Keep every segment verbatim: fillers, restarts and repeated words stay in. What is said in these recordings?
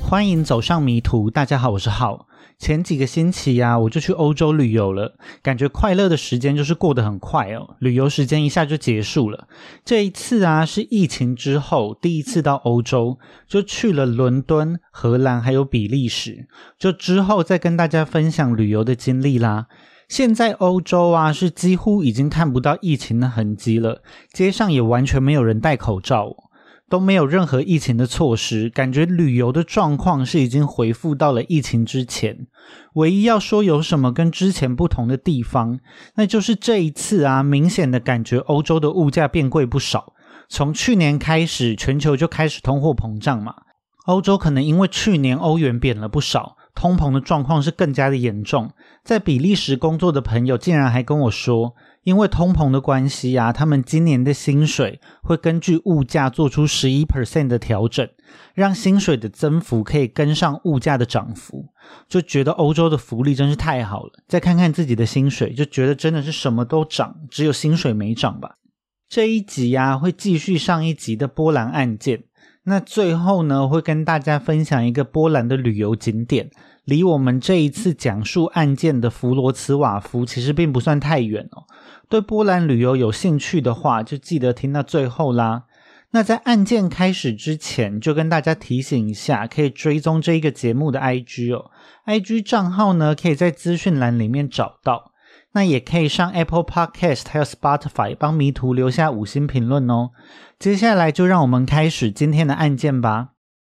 欢迎走上迷途，大家好，我是浩。前几个星期啊，我就去欧洲旅游了，感觉快乐的时间就是过得很快哦，旅游时间一下就结束了。这一次啊，是疫情之后第一次到欧洲，就去了伦敦、荷兰还有比利时，就之后再跟大家分享旅游的经历啦。现在欧洲啊，是几乎已经看不到疫情的痕迹了，街上也完全没有人戴口罩哦，都没有任何疫情的措施，感觉旅游的状况是已经恢复到了疫情之前。唯一要说有什么跟之前不同的地方，那就是这一次啊，明显的感觉欧洲的物价变贵不少。从去年开始，全球就开始通货膨胀嘛，欧洲可能因为去年欧元贬了不少，通膨的状况是更加的严重。在比利时工作的朋友竟然还跟我说，因为通膨的关系啊，他们今年的薪水会根据物价做出 百分之十一 的调整，让薪水的增幅可以跟上物价的涨幅。就觉得欧洲的福利真是太好了，再看看自己的薪水，就觉得真的是什么都涨，只有薪水没涨吧。这一集啊，会继续上一集的波兰案件。那最后呢，会跟大家分享一个波兰的旅游景点，离我们这一次讲述案件的弗罗茨瓦夫其实并不算太远哦。对波兰旅游有兴趣的话，就记得听到最后啦。那在案件开始之前，就跟大家提醒一下，可以追踪这一个节目的 I G 哦。I G 账号呢，可以在资讯栏里面找到。那也可以上 Apple Podcast 还有 Spotify 帮迷途留下五星评论哦。接下来就让我们开始今天的案件吧。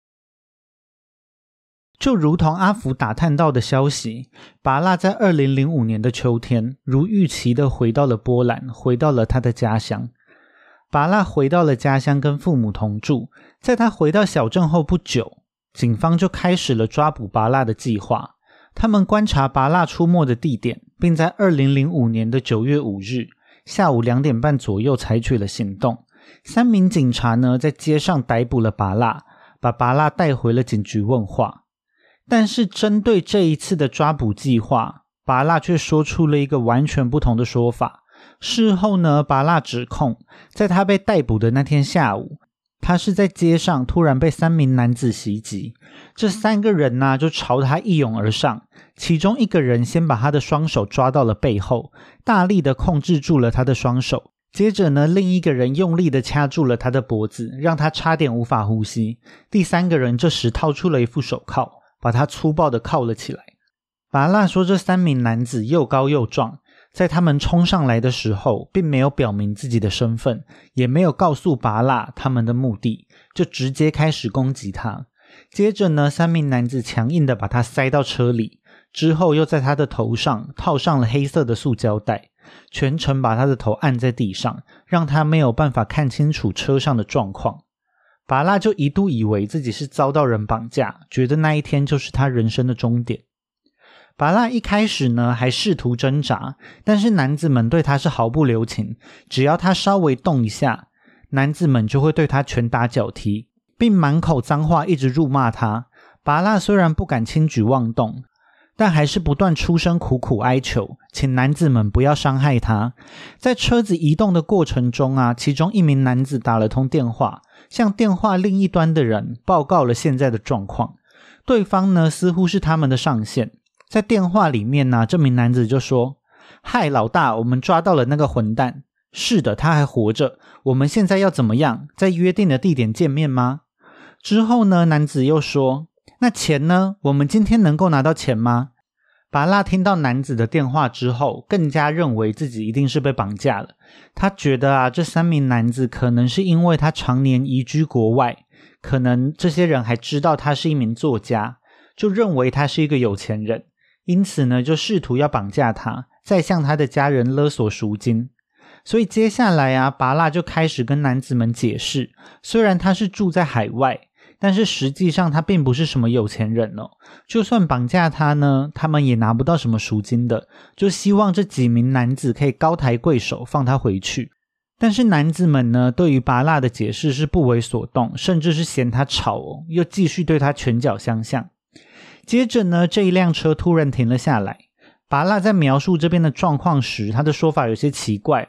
就如同阿福打探到的消息，拔蜡在二零零五年的秋天如预期的回到了波兰，回到了他的家乡。拔蜡回到了家乡跟父母同住，在他回到小镇后不久，警方就开始了抓捕拔蜡的计划。他们观察拔蜡出没的地点，并在二零零五年的九月五日下午两点半左右采取了行动。三名警察呢，在街上逮捕了拔蜡，把拔蜡带回了警局问话。但是针对这一次的抓捕计划，拔蜡却说出了一个完全不同的说法。事后呢，拔蜡指控，在他被逮捕的那天下午，他是在街上突然被三名男子袭击，这三个人呢就朝他一拥而上，其中一个人先把他的双手抓到了背后，大力的控制住了他的双手，接着呢另一个人用力的掐住了他的脖子，让他差点无法呼吸。第三个人这时掏出了一副手铐，把他粗暴的铐了起来。拔蜡说这三名男子又高又壮，在他们冲上来的时候并没有表明自己的身份，也没有告诉拔蜡他们的目的，就直接开始攻击他。接着呢，三名男子强硬的把他塞到车里，之后又在他的头上套上了黑色的塑胶袋，全程把他的头按在地上，让他没有办法看清楚车上的状况。拔蜡就一度以为自己是遭到人绑架，觉得那一天就是他人生的终点。拔蜡一开始呢还试图挣扎，但是男子们对他是毫不留情，只要他稍微动一下，男子们就会对他拳打脚踢，并满口脏话一直辱骂他。拔蜡虽然不敢轻举妄动，但还是不断出声苦苦哀求，请男子们不要伤害他。在车子移动的过程中啊，其中一名男子打了通电话，向电话另一端的人报告了现在的状况。对方呢似乎是他们的上线，在电话里面呢，这名男子就说：嗨老大，我们抓到了那个混蛋。是的，他还活着。我们现在要怎么样？在约定的地点见面吗？之后呢，男子又说：那钱呢？我们今天能够拿到钱吗？拔蜡听到男子的电话之后，更加认为自己一定是被绑架了。他觉得啊，这三名男子可能是因为他常年移居国外，可能这些人还知道他是一名作家，就认为他是一个有钱人，因此呢，就试图要绑架他，再向他的家人勒索赎金。所以接下来啊，拔蜡就开始跟男子们解释，虽然他是住在海外，但是实际上他并不是什么有钱人哦。就算绑架他呢，他们也拿不到什么赎金的，就希望这几名男子可以高抬贵手放他回去。但是男子们呢，对于拔蜡的解释是不为所动，甚至是嫌他吵哦，又继续对他拳脚相向。接着呢，这一辆车突然停了下来。拔蜡在描述这边的状况时，他的说法有些奇怪哦。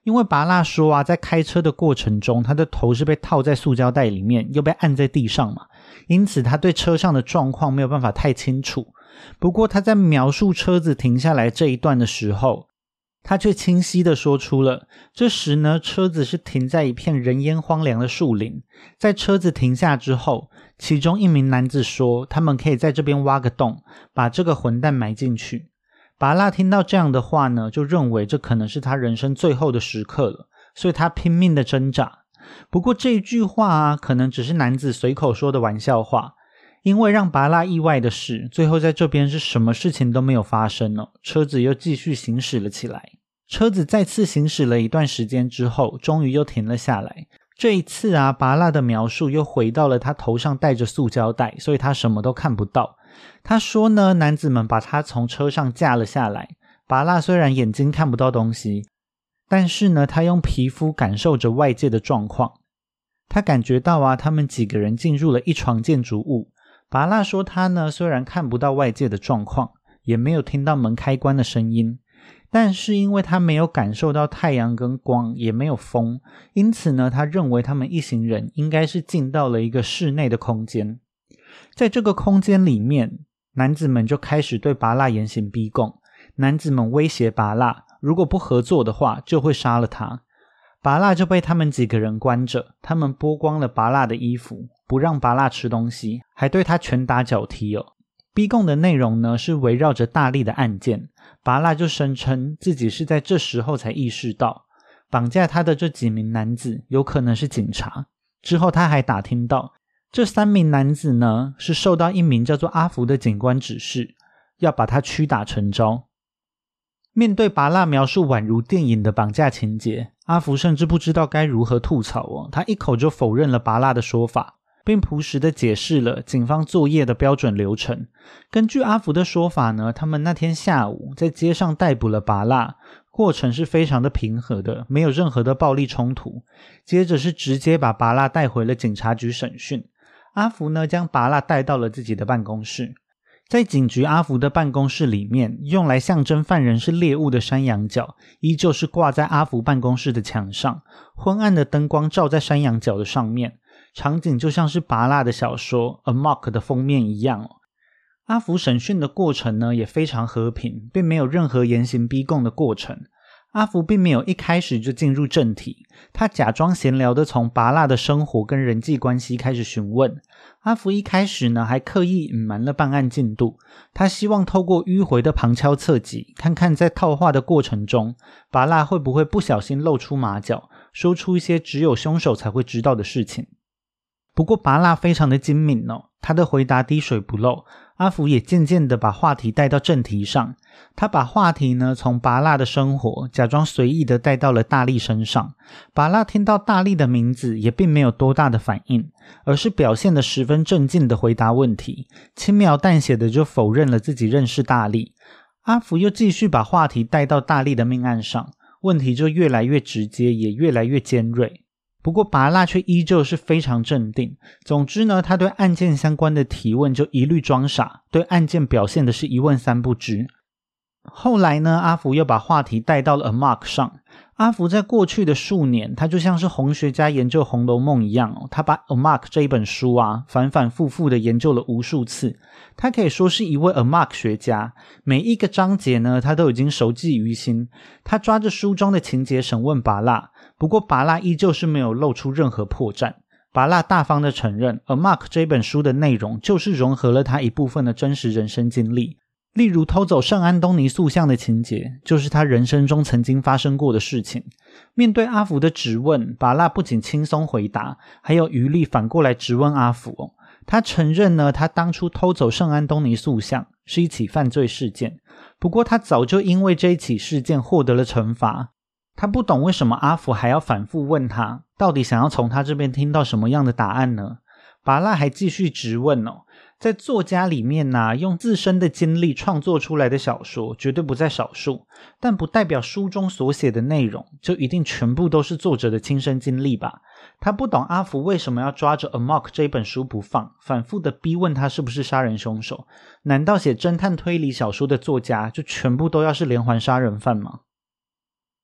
因为拔蜡说啊，在开车的过程中，他的头是被套在塑胶袋里面，又被按在地上嘛，因此他对车上的状况没有办法太清楚。不过他在描述车子停下来这一段的时候，他却清晰地说出了，这时呢，车子是停在一片人烟荒凉的树林。在车子停下之后，其中一名男子说，他们可以在这边挖个洞，把这个混蛋埋进去。拔蜡听到这样的话呢，就认为这可能是他人生最后的时刻了，所以他拼命的挣扎。不过这一句话啊，可能只是男子随口说的玩笑话，因为让拔蜡意外的是，最后在这边是什么事情都没有发生了，车子又继续行驶了起来。车子再次行驶了一段时间之后，终于又停了下来。这一次啊，拔蜡的描述又回到了他头上戴着塑胶袋，所以他什么都看不到。他说呢，男子们把他从车上架了下来。拔蜡虽然眼睛看不到东西，但是呢，他用皮肤感受着外界的状况。他感觉到啊，他们几个人进入了一幢建筑物。拔蜡说他呢，虽然看不到外界的状况，也没有听到门开关的声音，但是因为他没有感受到太阳跟光，也没有风，因此呢，他认为他们一行人应该是进到了一个室内的空间。在这个空间里面，男子们就开始对拔蜡严刑逼供。男子们威胁拔蜡，如果不合作的话，就会杀了他。拔蜡就被他们几个人关着，他们剥光了拔蜡的衣服，不让拔蜡吃东西，还对他拳打脚踢哦。逼供的内容呢，是围绕着大力的案件。拔蜡就声称自己是在这时候才意识到，绑架他的这几名男子有可能是警察。之后他还打听到，这三名男子呢，是受到一名叫做阿福的警官指示，要把他屈打成招。面对拔蜡描述宛如电影的绑架情节，阿福甚至不知道该如何吐槽哦，他一口就否认了拔蜡的说法，并朴实地解释了警方作业的标准流程。根据阿福的说法呢，他们那天下午在街上逮捕了拔蜡，过程是非常的平和的，没有任何的暴力冲突。接着是直接把拔蜡带回了警察局审讯。阿福呢，将拔蜡带到了自己的办公室。在警局阿福的办公室里面，用来象征犯人是猎物的山羊角依旧是挂在阿福办公室的墙上，昏暗的灯光照在山羊角的上面，场景就像是拔蜡的小说 Amok 的封面一样哦。阿福审讯的过程呢，也非常和平，并没有任何严刑逼供的过程。阿福并没有一开始就进入正题，他假装闲聊的从拔蜡的生活跟人际关系开始询问。阿福一开始呢，还刻意隐瞒了办案进度，他希望透过迂回的旁敲侧击，看看在套话的过程中，拔蜡会不会不小心露出马脚，说出一些只有凶手才会知道的事情。不过拔蜡非常的精明哦，他的回答滴水不漏，阿福也渐渐的把话题带到正题上。他把话题呢从拔蜡的生活假装随意的带到了大力身上。拔蜡听到大力的名字也并没有多大的反应，而是表现得十分镇静的回答问题，轻描淡写的就否认了自己认识大力。阿福又继续把话题带到大力的命案上，问题就越来越直接，也越来越尖锐。不过拔蜡却依旧是非常镇定。总之呢，他对案件相关的提问就一律装傻，对案件表现的是一问三不知。后来呢，阿福又把话题带到了 Amok 上。阿福在过去的数年，他就像是红学家研究红楼梦一样哦，他把 Amok 这一本书啊，反反复复的研究了无数次。他可以说是一位 Amok 学家，每一个章节呢，他都已经熟记于心。他抓着书中的情节审问拔蜡，不过拔蜡依旧是没有露出任何破绽。拔蜡大方的承认 Amok 这本书的内容就是融合了他一部分的真实人生经历。例如偷走圣安东尼塑像的情节，就是他人生中曾经发生过的事情。面对阿福的质问，拔蜡不仅轻松回答，还有余力反过来质问阿福哦。他承认呢，他当初偷走圣安东尼塑像是一起犯罪事件，不过他早就因为这一起事件获得了惩罚。他不懂为什么阿福还要反复问他，到底想要从他这边听到什么样的答案呢？拔蜡还继续质问哦，在作家里面啊，用自身的经历创作出来的小说绝对不在少数，但不代表书中所写的内容就一定全部都是作者的亲身经历吧。他不懂阿福为什么要抓着 Amok 这本书不放，反复的逼问他是不是杀人凶手。难道写侦探推理小说的作家就全部都要是连环杀人犯吗？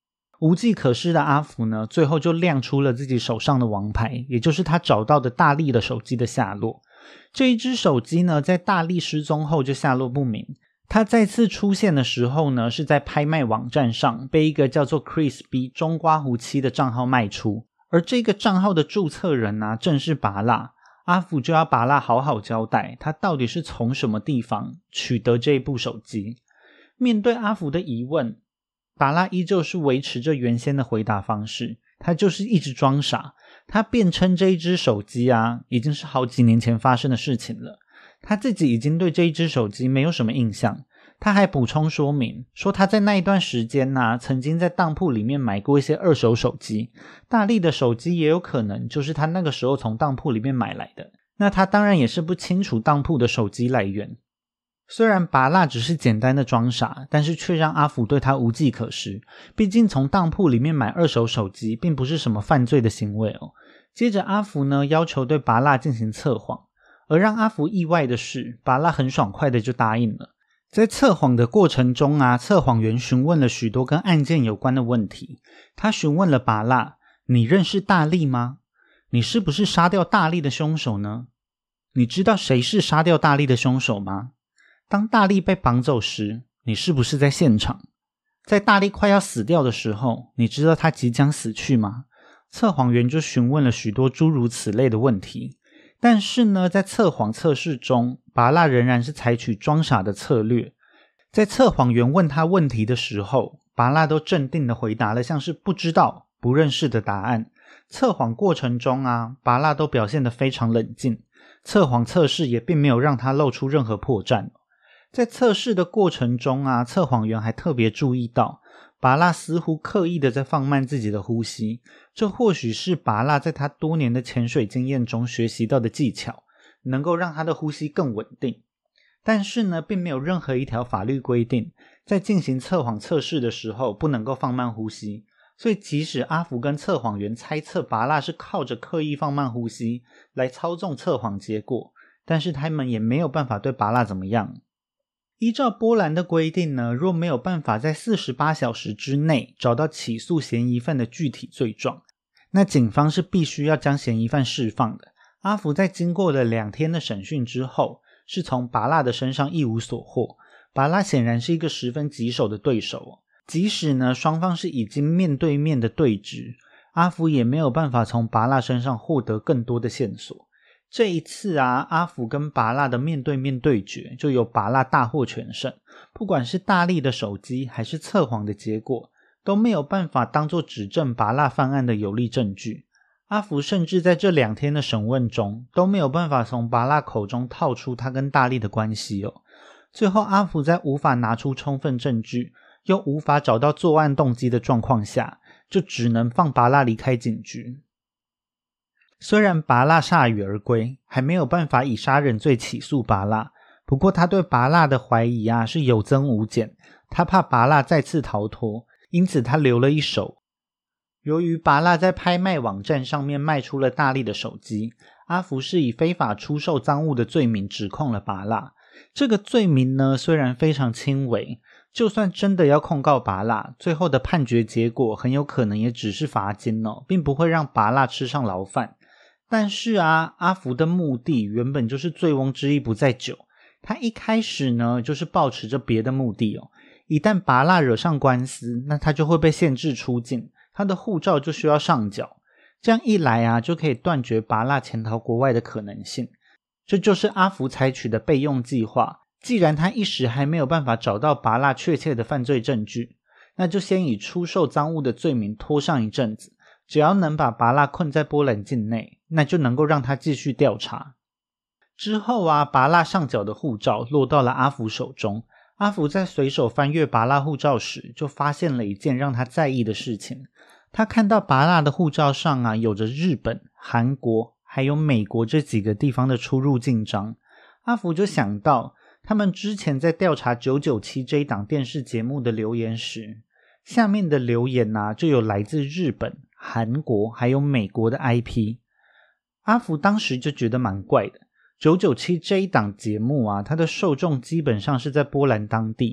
无计可施的阿福呢，最后就亮出了自己手上的王牌，也就是他找到的大力的手机的下落。这一只手机呢，在大力失踪后就下落不明。他再次出现的时候呢，是在拍卖网站上被一个叫做 Chris B 中刮胡七的账号卖出，而这个账号的注册人呢、啊，正是拔蜡。阿福就要拔蜡好好交代，他到底是从什么地方取得这一部手机。面对阿福的疑问，拔蜡依旧是维持着原先的回答方式，他就是一直装傻。他辩称这一只手机啊，已经是好几年前发生的事情了，他自己已经对这一只手机没有什么印象。他还补充说明说，他在那一段时间啊，曾经在当铺里面买过一些二手手机，大力的手机也有可能就是他那个时候从当铺里面买来的。那他当然也是不清楚当铺的手机来源。虽然拔蜡只是简单的装傻，但是却让阿福对他无计可施，毕竟从当铺里面买二手手机并不是什么犯罪的行为哦。接着阿福呢，要求对拔蜡进行测谎，而让阿福意外的是，拔蜡很爽快的就答应了。在测谎的过程中啊，测谎员询问了许多跟案件有关的问题。他询问了拔蜡，你认识大力吗？你是不是杀掉大力的凶手呢？你知道谁是杀掉大力的凶手吗？当大力被绑走时，你是不是在现场？在大力快要死掉的时候，你知道他即将死去吗？测谎员就询问了许多诸如此类的问题。但是呢，在测谎测试中，拔蜡仍然是采取装傻的策略。在测谎员问他问题的时候，拔蜡都镇定地回答了像是不知道、不认识的答案。测谎过程中啊，拔蜡都表现得非常冷静，测谎测试也并没有让他露出任何破绽。在测试的过程中啊，测谎员还特别注意到拔蜡似乎刻意的在放慢自己的呼吸，这或许是拔蜡在他多年的潜水经验中学习到的技巧，能够让他的呼吸更稳定。但是呢，并没有任何一条法律规定，在进行测谎测试的时候不能够放慢呼吸。所以即使阿福跟测谎员猜测拔蜡是靠着刻意放慢呼吸来操纵测谎结果，但是他们也没有办法对拔蜡怎么样。依照波兰的规定呢，若没有办法在四十八小时之内找到起诉嫌疑犯的具体罪状，那警方是必须要将嫌疑犯释放的。阿福在经过了两天的审讯之后，是从拔蜡的身上一无所获。拔蜡显然是一个十分棘手的对手，即使呢双方是已经面对面的对峙，阿福也没有办法从拔蜡身上获得更多的线索。这一次啊，阿福跟拔蜡的面对面对决就由拔蜡大获全胜，不管是大力的手机还是测谎的结果，都没有办法当作指证拔蜡犯案的有力证据。阿福甚至在这两天的审问中都没有办法从拔蜡口中套出他跟大力的关系哦。最后阿福在无法拿出充分证据又无法找到作案动机的状况下，就只能放拔蜡离开警局。虽然拔蜡铩羽而归，还没有办法以杀人罪起诉拔蜡，不过他对拔蜡的怀疑啊是有增无减，他怕拔蜡再次逃脱，因此他留了一手。由于拔蜡在拍卖网站上面卖出了大力的手机，阿福是以非法出售赃物的罪名指控了拔蜡。这个罪名呢虽然非常轻微，就算真的要控告拔蜡，最后的判决结果很有可能也只是罚金哦，并不会让拔蜡吃上牢饭。但是啊，阿福的目的原本就是醉翁之意不在酒，他一开始呢就是抱持着别的目的哦。一旦拔蜡惹上官司，那他就会被限制出境，他的护照就需要上缴。这样一来啊，就可以断绝拔蜡潜逃国外的可能性。这就是阿福采取的备用计划。既然他一时还没有办法找到拔蜡确切的犯罪证据，那就先以出售赃物的罪名拖上一阵子，只要能把拔蜡困在波兰境内，那就能够让他继续调查。之后啊，拔蜡上缴的护照落到了阿福手中。阿福在随手翻阅拔蜡护照时，就发现了一件让他在意的事情。他看到拔蜡的护照上啊，有着日本、韩国还有美国这几个地方的出入境章。阿福就想到他们之前在调查九九七这一档电视节目的留言时，下面的留言啊，就有来自日本、韩国还有美国的 I P。 阿福当时就觉得蛮怪的，九九七这一档节目啊，它的受众基本上是在波兰当地，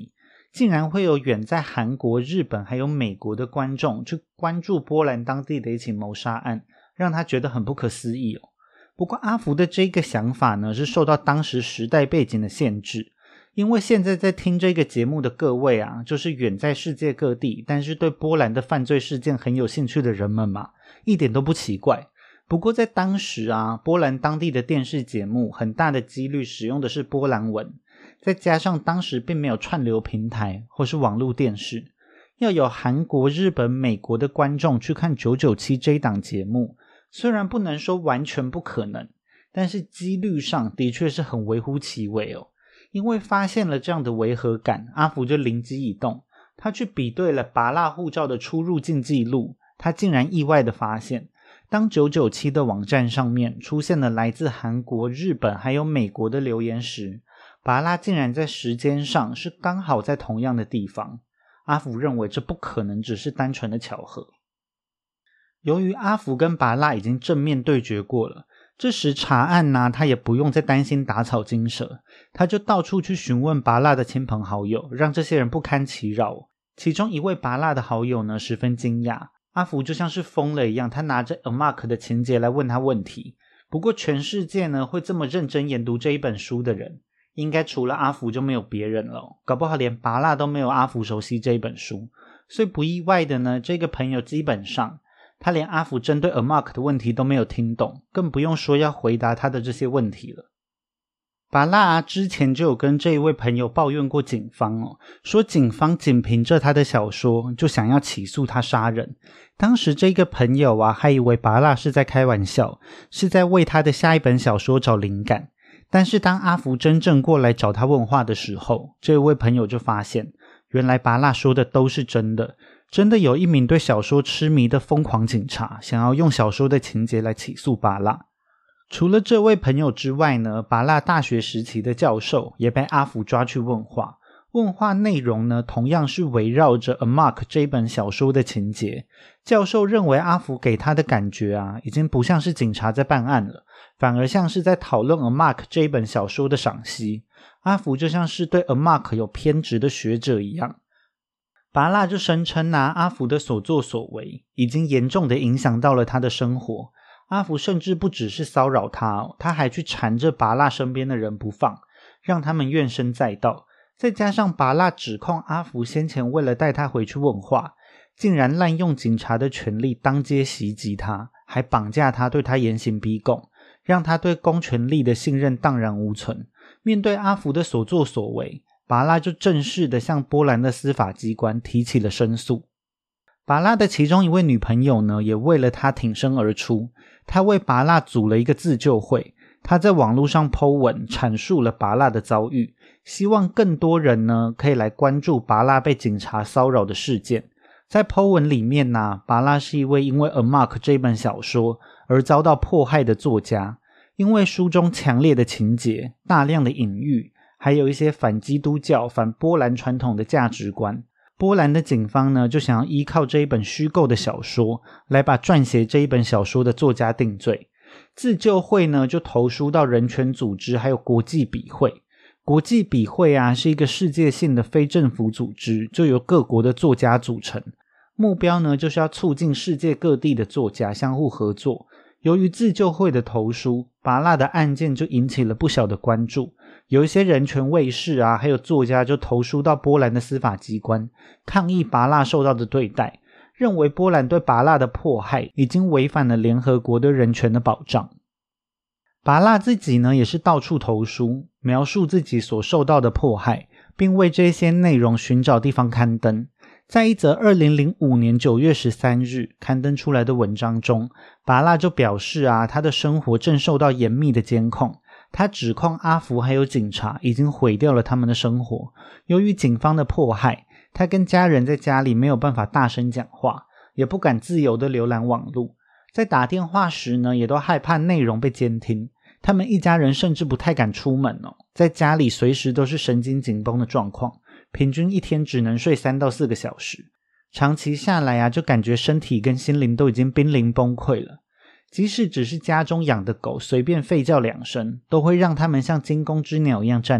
竟然会有远在韩国、日本还有美国的观众去关注波兰当地的一起谋杀案，让他觉得很不可思议哦。不过阿福的这个想法呢，是受到当时时代背景的限制，因为现在在听这个节目的各位啊，就是远在世界各地，但是对波兰的犯罪事件很有兴趣的人们嘛，一点都不奇怪。不过在当时啊，波兰当地的电视节目很大的几率使用的是波兰文，再加上当时并没有串流平台或是网络电视，要有韩国、日本、美国的观众去看九九七这一档节目，虽然不能说完全不可能，但是几率上的确是很微乎其微哦。因为发现了这样的违和感，阿福就灵机一动，他去比对了拔蜡护照的出入境记录，他竟然意外的发现，当九九七的网站上面出现了来自韩国、日本还有美国的留言时，拔蜡竟然在时间上是刚好在同样的地方。阿福认为这不可能只是单纯的巧合。由于阿福跟拔蜡已经正面对决过了，这时查案呢、啊，他也不用再担心打草惊蛇，他就到处去询问拔蜡的亲朋好友，让这些人不堪其扰。其中一位拔蜡的好友呢，十分惊讶，阿福就像是疯了一样，他拿着 A Mark 的情节来问他问题。不过全世界呢，会这么认真研读这一本书的人，应该除了阿福就没有别人了，搞不好连拔蜡都没有阿福熟悉这一本书。所以不意外的呢，这个朋友基本上他连阿福针对 A Mark 的问题都没有听懂，更不用说要回答他的这些问题了。拔蜡啊，之前就有跟这一位朋友抱怨过警方哦，说警方仅凭着他的小说就想要起诉他杀人。当时这个朋友啊，还以为拔蜡是在开玩笑，是在为他的下一本小说找灵感。但是当阿福真正过来找他问话的时候，这位朋友就发现，原来拔蜡说的都是真的。真的有一名对小说痴迷的疯狂警察，想要用小说的情节来起诉拔蜡。除了这位朋友之外呢，拔蜡大学时期的教授也被阿福抓去问话。问话内容呢，同样是围绕着 A Mark 这本小说的情节。教授认为阿福给他的感觉啊，已经不像是警察在办案了，反而像是在讨论 A Mark 这本小说的赏析。阿福就像是对 A Mark 有偏执的学者一样。拔蜡就声称啊，阿福的所作所为已经严重的影响到了他的生活。阿福甚至不只是骚扰他、哦、他还去缠着拔蜡身边的人不放，让他们怨声载道。再加上拔蜡指控阿福先前为了带他回去问话，竟然滥用警察的权力当街袭击他，还绑架他对他严刑逼供，让他对公权力的信任荡然无存。面对阿福的所作所为，拔蜡就正式的向波兰的司法机关提起了申诉。拔蜡的其中一位女朋友呢，也为了他挺身而出，她为拔蜡组了一个自救会，她在网络上 po 文阐述了拔蜡的遭遇，希望更多人呢可以来关注拔蜡被警察骚扰的事件。在 po 文里面呢，拔蜡是一位因为 A Mark 这本小说而遭到迫害的作家，因为书中强烈的情节、大量的隐喻，还有一些反基督教、反波兰传统的价值观，波兰的警方呢就想要依靠这一本虚构的小说来把撰写这一本小说的作家定罪。自救会呢就投书到人权组织还有国际笔会。国际笔会啊是一个世界性的非政府组织，就由各国的作家组成，目标呢就是要促进世界各地的作家相互合作。由于自救会的投书，拔蜡的案件就引起了不小的关注，有一些人权卫士啊还有作家就投书到波兰的司法机关，抗议拔蜡受到的对待，认为波兰对拔蜡的迫害已经违反了联合国对人权的保障。拔蜡自己呢也是到处投书，描述自己所受到的迫害，并为这些内容寻找地方刊登。在一则二零零五年九月十三日刊登出来的文章中，拔蜡就表示啊，他的生活正受到严密的监控，他指控阿福还有警察已经毁掉了他们的生活。由于警方的迫害，他跟家人在家里没有办法大声讲话，也不敢自由的浏览网络，在打电话时呢，也都害怕内容被监听。他们一家人甚至不太敢出门哦，在家里随时都是神经紧绷的状况，平均一天只能睡三到四个小时。长期下来啊，就感觉身体跟心灵都已经濒临崩溃了。即使只是家中养的狗随便吠叫两声，都会让他们像惊弓之鸟一样站立，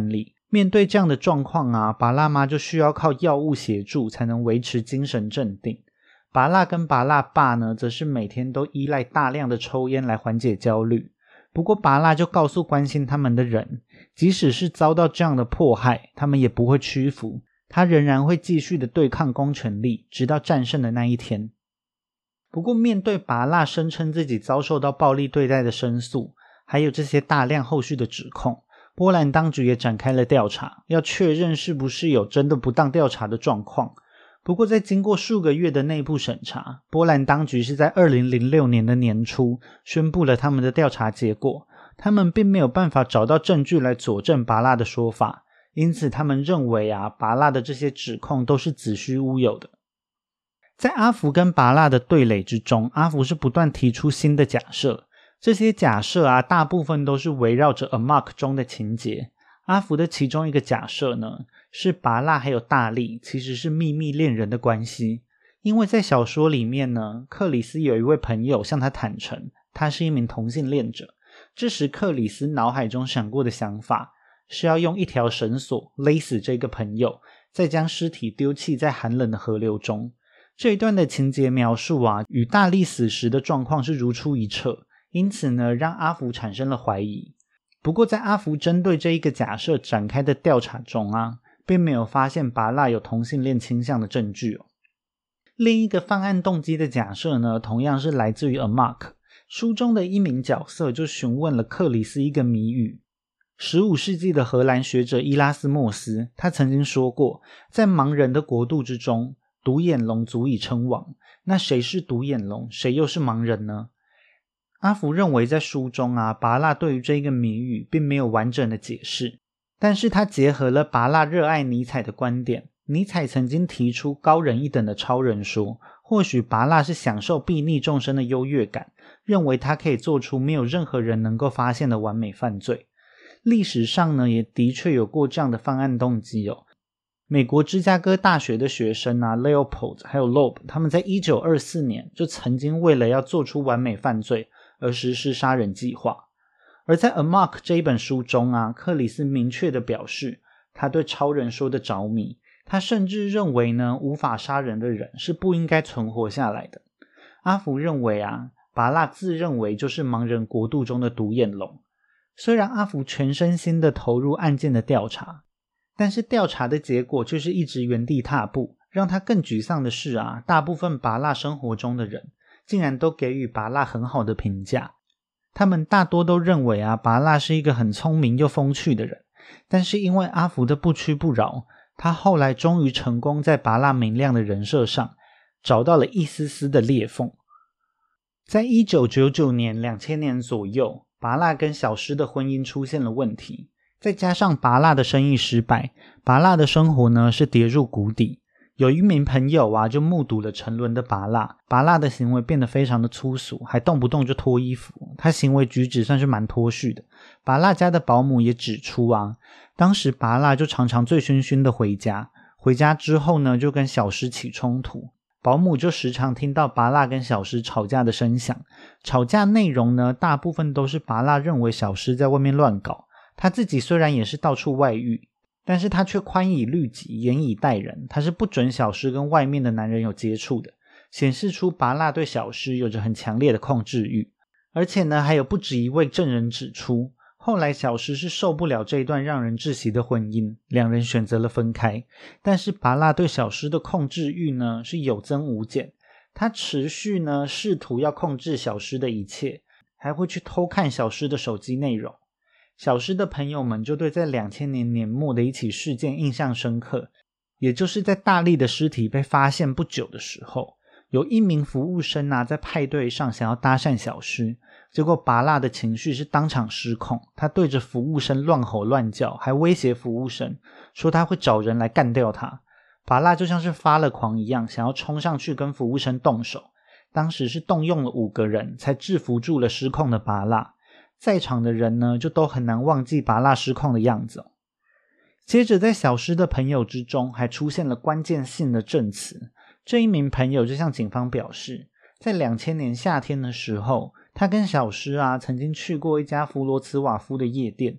面对这样的状况啊，拔辣妈就需要靠药物协助才能维持精神镇定。拔辣跟拔辣爸呢，则是每天都依赖大量的抽烟来缓解焦虑。不过拔辣就告诉关心他们的人，即使是遭到这样的迫害，他们也不会屈服，他仍然会继续的对抗公权力，直到战胜的那一天。不过面对拔辣声称自己遭受到暴力对待的申诉，还有这些大量后续的指控，波兰当局也展开了调查，要确认是不是有真的不当调查的状况。不过在经过数个月的内部审查，波兰当局是在二零零六年的年初宣布了他们的调查结果，他们并没有办法找到证据来佐证拔辣的说法，因此他们认为啊，拔辣的这些指控都是子虚乌有的。在阿福跟拔辣的对垒之中，阿福是不断提出新的假设，这些假设啊，大部分都是围绕着 Amok 中的情节。阿福的其中一个假设呢，是拔辣还有大力其实是秘密恋人的关系。因为在小说里面呢，克里斯有一位朋友向他坦诚，他是一名同性恋者。这时克里斯脑海中想过的想法，是要用一条绳索勒死这个朋友，再将尸体丢弃在寒冷的河流中。这一段的情节描述啊，与大力死时的状况是如出一辙，因此呢，让阿福产生了怀疑。不过在阿福针对这一个假设展开的调查中啊，并没有发现拔辣有同性恋倾向的证据哦。另一个犯案动机的假设呢，同样是来自于 Amok。 书中的一名角色就询问了克里斯一个谜语。十五世纪的荷兰学者伊拉斯莫斯，他曾经说过，在盲人的国度之中，独眼龙足以称王，那谁是独眼龙，谁又是盲人呢？阿福认为在书中啊，拔辣对于这个谜语并没有完整的解释，但是他结合了拔辣热爱尼采的观点，尼采曾经提出高人一等的超人说，或许拔辣是享受睥睨众生的优越感，认为他可以做出没有任何人能够发现的完美犯罪。历史上呢，也的确有过这样的犯案动机哦。美国芝加哥大学的学生啊 Leopold 还有 Loeb， 他们在一九二四年就曾经为了要做出完美犯罪而实施杀人计划。而在 Amok 这一本书中啊，克里斯明确的表示他对超人说的着迷，他甚至认为呢，无法杀人的人是不应该存活下来的。阿福认为啊，拔辣自认为就是盲人国度中的独眼龙。虽然阿福全身心的投入案件的调查，但是调查的结果却是一直原地踏步。让他更沮丧的是啊，大部分拔辣生活中的人竟然都给予拔辣很好的评价。他们大多都认为啊，拔辣是一个很聪明又风趣的人。但是因为阿福的不屈不挠，他后来终于成功在拔辣明亮的人设上找到了一丝丝的裂缝。在一九九九年两千年左右，拔辣跟小诗的婚姻出现了问题，再加上拔辣的生意失败，拔辣的生活呢是跌入谷底。有一名朋友啊，就目睹了沉沦的拔辣，拔辣的行为变得非常的粗俗，还动不动就脱衣服，他行为举止算是蛮脱序的。拔辣家的保姆也指出啊，当时拔辣就常常醉醺醺的回家，回家之后呢，就跟小诗起冲突。保姆就时常听到拔辣跟小诗吵架的声响，吵架内容呢，大部分都是拔辣认为小诗在外面乱搞，他自己虽然也是到处外遇，但是他却宽以律己，严以待人，他是不准小诗跟外面的男人有接触的，显示出拔辣对小诗有着很强烈的控制欲。而且呢，还有不止一位证人指出，后来小诗是受不了这一段让人窒息的婚姻，两人选择了分开。但是拔辣对小诗的控制欲呢是有增无减，他持续呢试图要控制小诗的一切，还会去偷看小诗的手机内容。小诗的朋友们就对在两千年年末的一起事件印象深刻，也就是在大力的尸体被发现不久的时候，有一名服务生啊在派对上想要搭讪小诗，结果拔辣的情绪是当场失控，他对着服务生乱吼乱叫，还威胁服务生说他会找人来干掉他。拔辣就像是发了狂一样，想要冲上去跟服务生动手，当时是动用了五个人才制服住了失控的拔辣。在场的人呢，就都很难忘记拔辣失控的样子。接着在小诗的朋友之中还出现了关键性的证词。这一名朋友就向警方表示，在两千年夏天的时候，他跟小诗啊曾经去过一家弗罗茨瓦夫的夜店，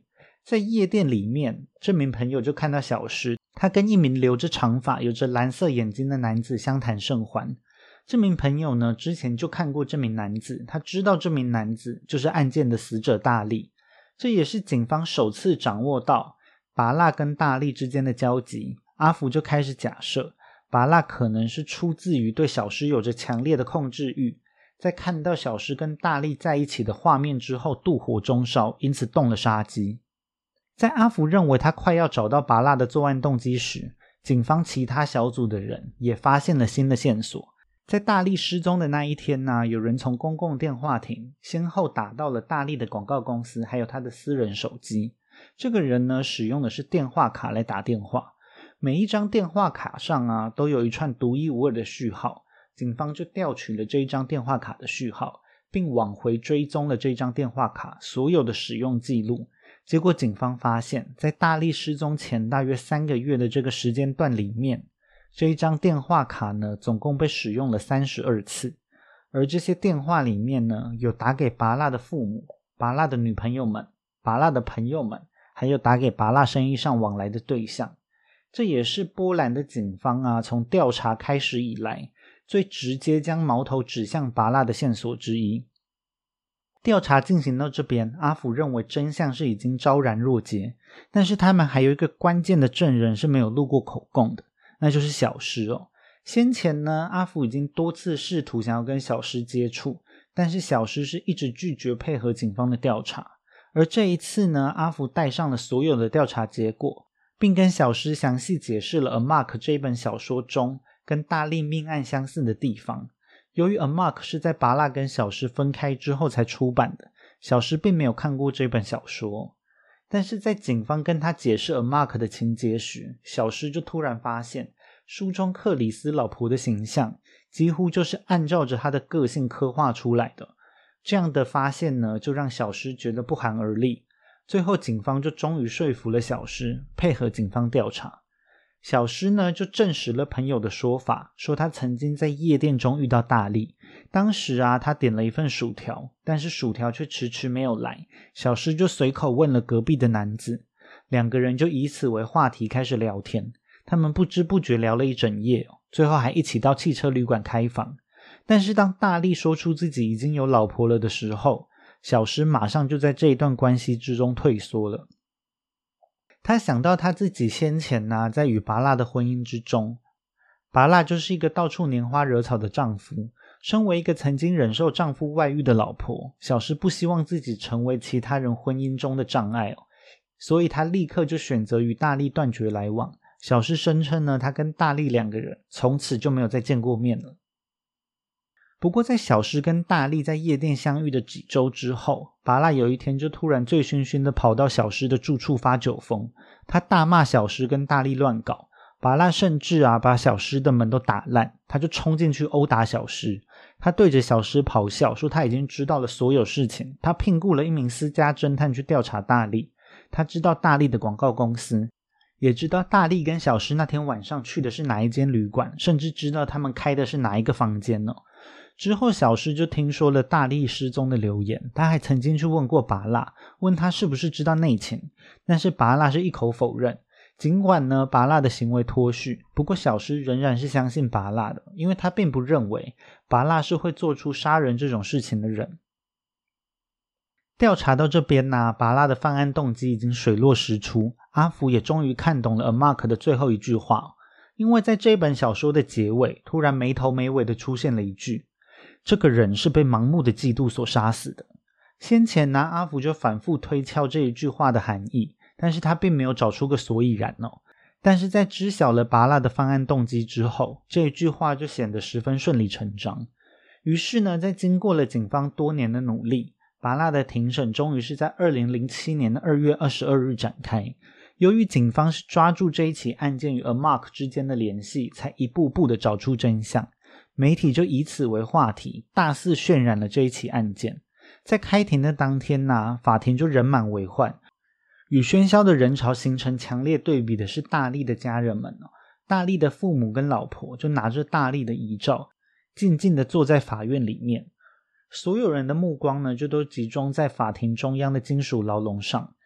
在夜店里面，这名朋友就看到小诗，他跟一名留着长发、有着蓝色眼睛的男子相谈甚欢。这名朋友呢，之前就看过这名男子，他知道这名男子就是案件的死者大力。这也是警方首次掌握到拔蜡跟大力之间的交集。阿福就开始假设，拔蜡可能是出自于对小诗有着强烈的控制欲，在看到小诗跟大力在一起的画面之后妒火中烧，因此动了杀机。在阿福认为他快要找到拔蜡的作案动机时，警方其他小组的人也发现了新的线索。在大力失踪的那一天呢，有人从公共电话亭先后打到了大力的广告公司还有他的私人手机。这个人呢，使用的是电话卡来打电话，每一张电话卡上啊都有一串独一无二的序号。警方就调取了这一张电话卡的序号，并往回追踪了这一张电话卡所有的使用记录。结果警方发现，在大力失踪前大约三个月的这个时间段里面，这一张电话卡呢总共被使用了三十二次。而这些电话里面呢，有打给拔蜡的父母、拔蜡的女朋友们、拔蜡的朋友们，还有打给拔蜡生意上往来的对象。这也是波兰的警方啊从调查开始以来最直接将矛头指向拔蜡的线索之一。调查进行到这边，阿福认为真相是已经昭然若揭，但是他们还有一个关键的证人是没有录过口供的，那就是小诗哦。先前呢，阿福已经多次试图想要跟小诗接触，但是小诗是一直拒绝配合警方的调查。而这一次呢，阿福带上了所有的调查结果，并跟小诗详细解释了 A Mark 这本小说中跟大力命案相似的地方。由于 A Mark 是在拔蜡跟小诗分开之后才出版的，小诗并没有看过这本小说。但是在警方跟他解释 A Mark 的情节时，小诗就突然发现书中克里斯老婆的形象几乎就是按照着他的个性刻画出来的。这样的发现呢，就让小诗觉得不寒而栗。最后警方就终于说服了小诗配合警方调查。小诗呢就证实了朋友的说法，说他曾经在夜店中遇到大力。当时啊，他点了一份薯条，但是薯条却迟迟没有来。小诗就随口问了隔壁的男子，两个人就以此为话题开始聊天。他们不知不觉聊了一整夜，最后还一起到汽车旅馆开房。但是当大力说出自己已经有老婆了的时候，小诗马上就在这一段关系之中退缩了。他想到他自己先前啊，在与拔蜡的婚姻之中，拔蜡就是一个到处拈花惹草的丈夫。身为一个曾经忍受丈夫外遇的老婆，小诗不希望自己成为其他人婚姻中的障碍哦，所以他立刻就选择与大力断绝来往。小诗声称呢，他跟大力两个人从此就没有再见过面了。不过在小诗跟大力在夜店相遇的几周之后，拔蜡有一天就突然醉醺醺的跑到小诗的住处发酒疯，他大骂小诗跟大力乱搞。拔蜡甚至啊把小诗的门都打烂，他就冲进去殴打小诗。他对着小诗咆哮说他已经知道了所有事情，他聘雇了一名私家侦探去调查大力，他知道大力的广告公司，也知道大力跟小诗那天晚上去的是哪一间旅馆，甚至知道他们开的是哪一个房间呢。之后小诗就听说了大力失踪的流言，他还曾经去问过拔蜡，问他是不是知道内情，但是拔蜡是一口否认。尽管呢拔蜡的行为脱序，不过小诗仍然是相信拔蜡的，因为他并不认为拔蜡是会做出杀人这种事情的人。调查到这边呢、啊，拔蜡的犯案动机已经水落石出，阿福也终于看懂了 A Mark 的最后一句话，因为在这本小说的结尾突然没头没尾的出现了一句，这个人是被盲目的嫉妒所杀死的。先前呢，阿福就反复推敲这一句话的含义，但是他并没有找出个所以然哦。但是在知晓了拔蜡的犯案动机之后，这一句话就显得十分顺理成章。于是呢，在经过了警方多年的努力，拔蜡的庭审终于是在二零零七年的二月二十二日展开。由于警方是抓住这一起案件与 A Mark 之间的联系，才一步步的找出真相，媒体就以此为话题，大肆渲染了这一起案件。在开庭的当天啊，法庭就人满为患，与喧嚣的人潮形成强烈对比的是大力的家人们、哦、大力的父母跟老婆就拿着大力的遗照，静静的坐在法院里面。所有人的目光呢，就都集中在法庭中央的金属牢笼上。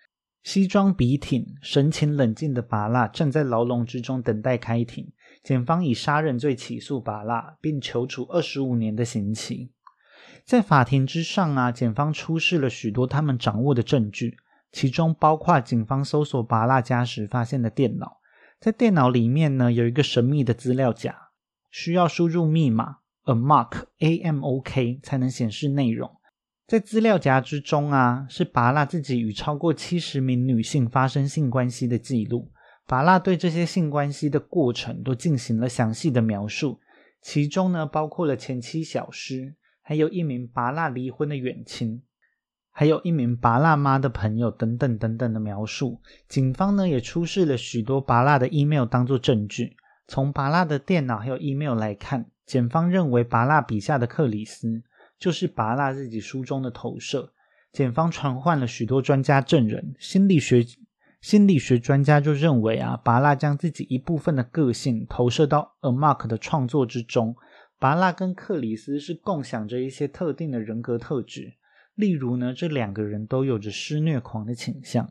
西装笔挺、神情冷静的拔蜡站在牢笼之中等待开庭，检方以杀人罪起诉拔蜡，并求处二十五年的刑期。在法庭之上啊，检方出示了许多他们掌握的证据，其中包括警方搜索拔蜡家时发现的电脑。在电脑里面呢，有一个神秘的资料夹，需要输入密码 A M O K A M O K 才能显示内容。在资料夹之中啊，是拔蜡自己与超过七十名女性发生性关系的记录。拔蜡对这些性关系的过程都进行了详细的描述，其中呢包括了前妻小诗，还有一名拔蜡离婚的远亲，还有一名拔蜡妈的朋友等等等等的描述。警方呢也出示了许多拔蜡的 email 当作证据。从拔蜡的电脑还有 email 来看，检方认为拔蜡笔下的克里斯就是拔蜡自己书中的投射。检方传唤了许多专家证人，心理学心理学专家就认为啊，拔蜡将自己一部分的个性投射到 A M O K 的创作之中。拔蜡跟克里斯是共享着一些特定的人格特质，例如呢，这两个人都有着施虐狂的倾向。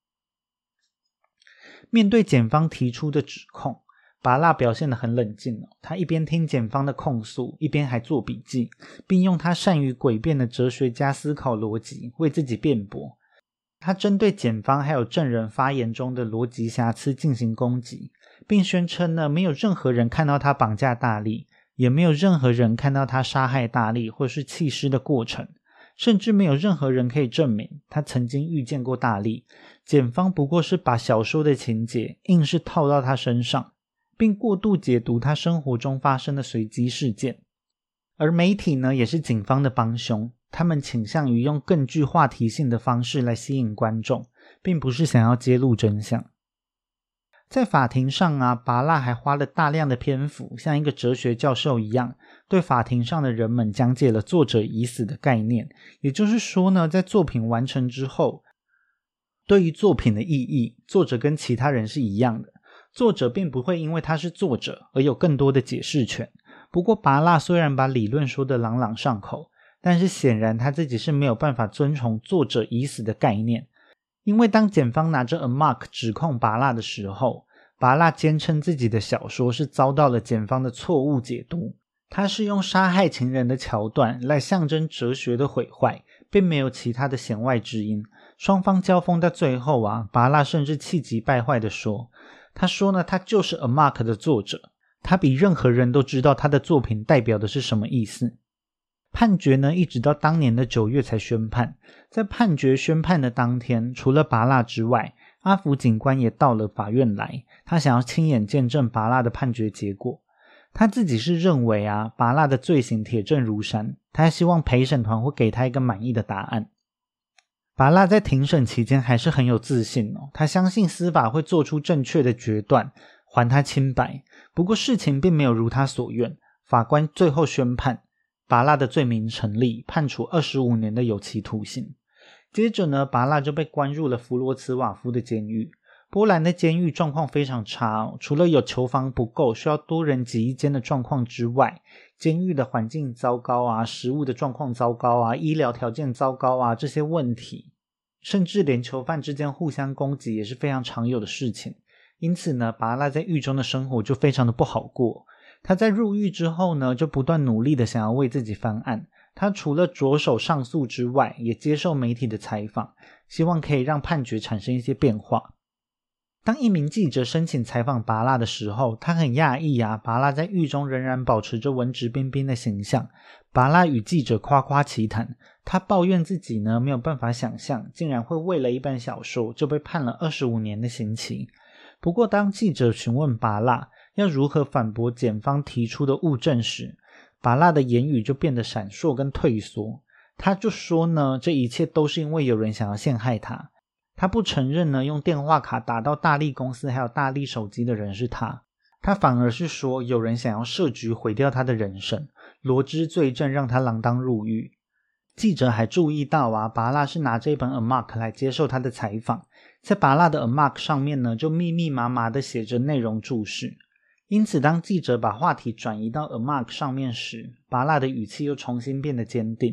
面对检方提出的指控，拔蜡表现得很冷静哦，他一边听检方的控诉，一边还做笔记，并用他善于诡辩的哲学家思考逻辑为自己辩驳。他针对检方还有证人发言中的逻辑瑕疵进行攻击，并宣称呢，没有任何人看到他绑架大力，也没有任何人看到他杀害大力或是弃尸的过程，甚至没有任何人可以证明他曾经遇见过大力。检方不过是把小说的情节硬是套到他身上，并过度解读他生活中发生的随机事件。而媒体呢，也是警方的帮凶，他们倾向于用更具话题性的方式来吸引观众，并不是想要揭露真相。在法庭上啊，拔蜡还花了大量的篇幅，像一个哲学教授一样，对法庭上的人们讲解了作者已死的概念。也就是说呢，在作品完成之后，对于作品的意义，作者跟其他人是一样的。作者并不会因为他是作者而有更多的解释权。不过拔蜡虽然把理论说得朗朗上口，但是显然他自己是没有办法遵从作者已死的概念。因为当检方拿着 A M O K 指控拔蜡的时候，拔蜡坚称自己的小说是遭到了检方的错误解读，他是用杀害情人的桥段来象征哲学的毁坏，并没有其他的弦外之音。双方交锋到最后啊，拔蜡甚至气急败坏地说，他说呢，他就是 A M O K 的作者，他比任何人都知道他的作品代表的是什么意思。判决呢，一直到当年的九月才宣判。在判决宣判的当天，除了拔蜡之外，阿福警官也到了法院来，他想要亲眼见证拔蜡的判决结果。他自己是认为啊，拔蜡的罪行铁证如山，他希望陪审团会给他一个满意的答案。拔蜡在庭审期间还是很有自信哦，他相信司法会做出正确的决断，还他清白。不过事情并没有如他所愿，法官最后宣判拔蜡的罪名成立，判处二十五年的有期徒刑。接着呢，拔蜡就被关入了弗罗茨瓦夫的监狱。波兰的监狱状况非常差哦，除了有囚房不够，需要多人挤一间的状况之外，监狱的环境糟糕啊，食物的状况糟糕啊，医疗条件糟糕啊，这些问题，甚至连囚犯之间互相攻击也是非常常有的事情。因此呢，拔蜡在狱中的生活就非常的不好过。他在入狱之后呢，就不断努力的想要为自己翻案。他除了着手上诉之外，也接受媒体的采访，希望可以让判决产生一些变化。当一名记者申请采访拔蜡的时候，他很讶异啊，拔蜡在狱中仍然保持着文质彬彬的形象。拔蜡与记者夸夸其谈，他抱怨自己呢没有办法想象，竟然会为了一本小说就被判了二十五年的刑期。不过当记者询问拔蜡要如何反驳检方提出的物证时，拔蜡的言语就变得闪烁跟退缩。他就说呢，这一切都是因为有人想要陷害他。他不承认呢，用电话卡打到大力公司还有大力手机的人是他，他反而是说有人想要设局毁掉他的人生，罗织罪证让他锒铛入狱。记者还注意到啊，拔蜡是拿这一本 A M O K 来接受他的采访，在拔蜡的 A M O K 上面呢，就密密麻麻的写着内容注释。因此当记者把话题转移到 A M O K 上面时，拔蜡的语气又重新变得坚定，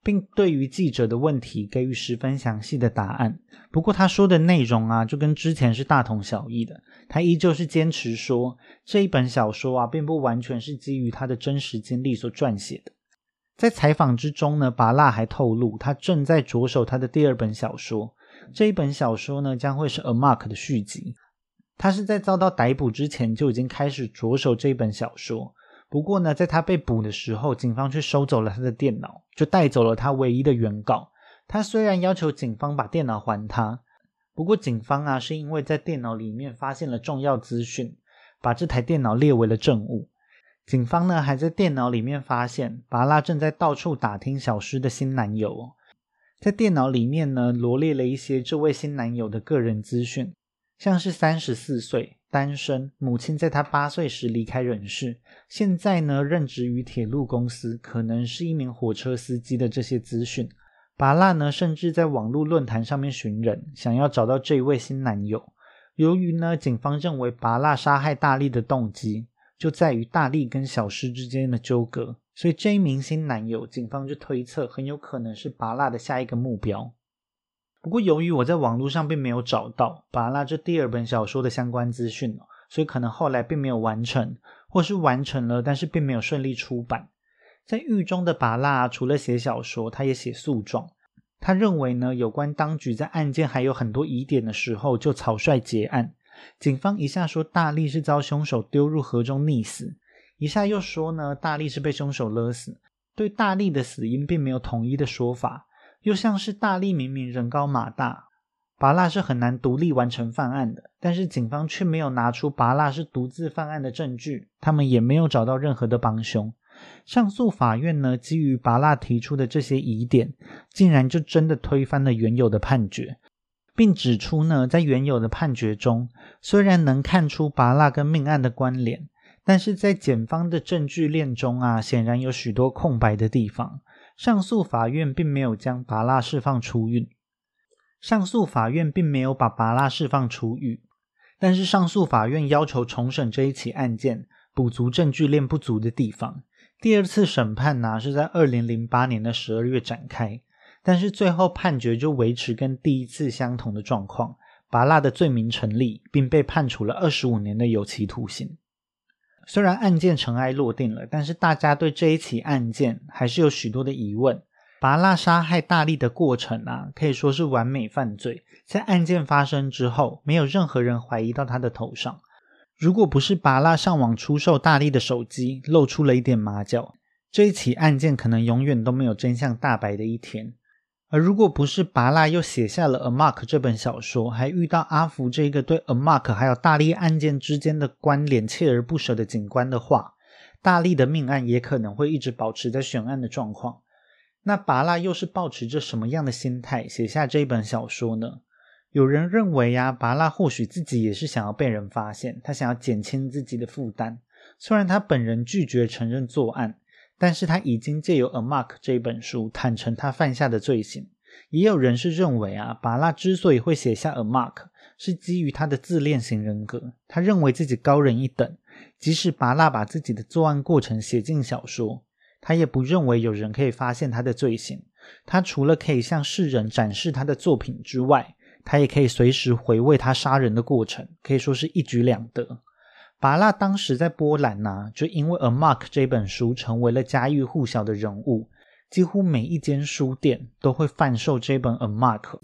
并对于记者的问题给予十分详细的答案。不过他说的内容啊，就跟之前是大同小异的。他依旧是坚持说，这一本小说啊，并不完全是基于他的真实经历所撰写的。在采访之中呢，拔蜡还透露，他正在着手他的第二本小说。这一本小说呢，将会是 Amok 的续集。他是在遭到逮捕之前就已经开始着手这一本小说。不过呢，在他被捕的时候，警方却收走了他的电脑，就带走了他唯一的原稿。他虽然要求警方把电脑还他，不过警方啊是因为在电脑里面发现了重要资讯，把这台电脑列为了证物。警方呢还在电脑里面发现拔蜡正在到处打听小诗的新男友哦。在电脑里面呢罗列了一些这位新男友的个人资讯，像是三十四岁单身，母亲在他八岁时离开人世，现在呢任职于铁路公司，可能是一名火车司机的这些资讯。拔蜡呢甚至在网络论坛上面寻人，想要找到这一位新男友。由于呢警方认为拔蜡杀害大力的动机就在于大力跟小诗之间的纠葛，所以这一名新男友警方就推测很有可能是拔蜡的下一个目标。不过由于我在网络上并没有找到拔蜡这第二本小说的相关资讯，所以可能后来并没有完成，或是完成了但是并没有顺利出版。在狱中的拔蜡除了写小说，他也写诉状。他认为呢，有关当局在案件还有很多疑点的时候就草率结案。警方一下说大力是遭凶手丢入河中溺死，一下又说呢大力是被凶手勒死，对大力的死因并没有统一的说法，又像是大力明明人高马大，拔蜡是很难独立完成犯案的，但是警方却没有拿出拔蜡是独自犯案的证据，他们也没有找到任何的帮凶。上诉法院呢基于拔蜡提出的这些疑点，竟然就真的推翻了原有的判决，并指出呢，在原有的判决中，虽然能看出拔蜡跟命案的关联，但是在检方的证据链中啊，显然有许多空白的地方。上诉法院并没有将拔蜡释放出狱，上诉法院并没有把拔蜡释放出狱，但是上诉法院要求重审这一起案件，补足证据链不足的地方。第二次审判呢、啊，是在二零零八年的十二月展开。但是最后判决就维持跟第一次相同的状况，拔蜡的罪名成立，并被判处了二十五年的有期徒刑。虽然案件尘埃落定了，但是大家对这一起案件还是有许多的疑问。拔蜡杀害大力的过程啊，可以说是完美犯罪，在案件发生之后，没有任何人怀疑到他的头上。如果不是拔蜡上网出售大力的手机，露出了一点马脚，这一起案件可能永远都没有真相大白的一天。而如果不是拔蜡又写下了 Amok 这本小说，还遇到阿福这个对 Amok 还有大力案件之间的关联锲而不舍的警官的话，大力的命案也可能会一直保持在悬案的状况。那拔蜡又是抱持着什么样的心态写下这一本小说呢？有人认为啊，拔蜡或许自己也是想要被人发现，他想要减轻自己的负担。虽然他本人拒绝承认作案，但是他已经借由 Amok 这本书坦诚他犯下的罪行。也有人是认为啊，拔蜡之所以会写下 Amok 是基于他的自恋型人格，他认为自己高人一等，即使拔蜡把自己的作案过程写进小说，他也不认为有人可以发现他的罪行。他除了可以向世人展示他的作品之外，他也可以随时回味他杀人的过程，可以说是一举两得。拔蜡当时在波兰啊，就因为 Amok 这本书成为了家喻户晓的人物，几乎每一间书店都会贩售这本 Amok。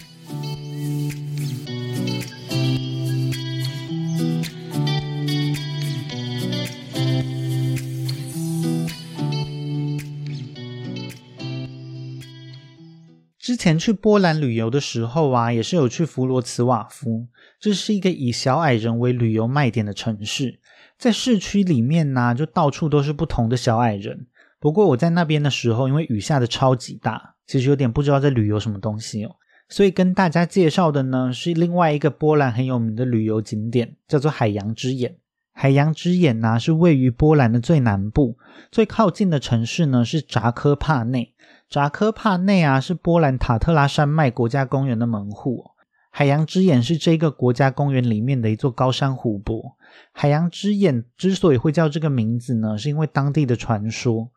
之前去波兰旅游的时候啊，也是有去弗罗茨瓦夫，这是一个以小矮人为旅游卖点的城市。在市区里面呢，就到处都是不同的小矮人。不过我在那边的时候，因为雨下的超级大，其实有点不知道在旅游什么东西哦。所以跟大家介绍的呢，是另外一个波兰很有名的旅游景点，叫做海洋之眼。海洋之眼呢、啊，是位于波兰的最南部，最靠近的城市呢是扎科帕内。扎科帕内啊，是波兰塔特拉山脉国家公园的门户、哦。海洋之眼是这个国家公园里面的一座高山湖泊。海洋之眼之所以会叫这个名字呢，是因为当地的传说，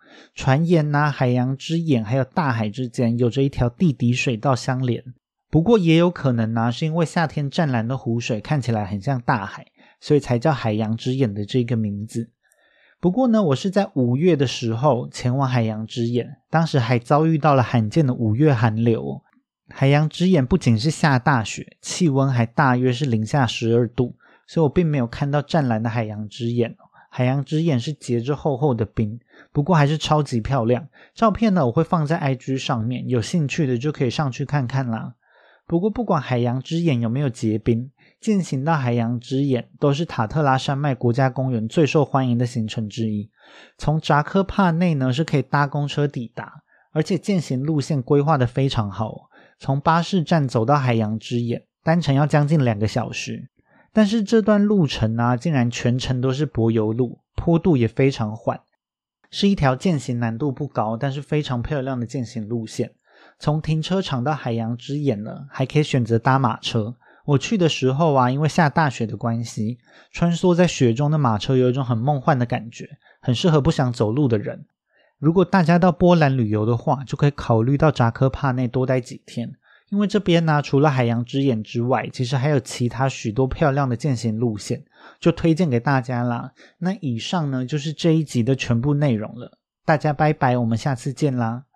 传言啊，海洋之眼还有大海之间有着一条地底水道相连。不过也有可能啊，是因为夏天湛蓝的湖水看起来很像大海，所以才叫海洋之眼的这个名字。不过呢，我是在五月的时候前往海洋之眼，当时还遭遇到了罕见的五月寒流。海洋之眼不仅是下大雪，气温还大约是零下十二度，所以我并没有看到湛蓝的海洋之眼。海洋之眼是结着厚厚的冰，不过还是超级漂亮。照片呢，我会放在 I G 上面，有兴趣的就可以上去看看啦。不过不管海洋之眼有没有结冰，践行到海洋之眼都是塔特拉山脉国家公园最受欢迎的行程之一。从扎科帕内呢是可以搭公车抵达，而且践行路线规划得非常好哦。从巴士站走到海洋之眼，单程要将近两个小时。但是这段路程啊，竟然全程都是柏油路，坡度也非常缓，是一条健行难度不高，但是非常漂亮的健行路线。从停车场到海洋之眼呢，还可以选择搭马车。我去的时候啊，因为下大雪的关系，穿梭在雪中的马车有一种很梦幻的感觉，很适合不想走路的人。如果大家到波兰旅游的话，就可以考虑到扎科帕内多待几天，因为这边呢、啊，除了海洋之眼之外，其实还有其他许多漂亮的健行路线，就推荐给大家啦。那以上呢，就是这一集的全部内容了，大家拜拜，我们下次见啦。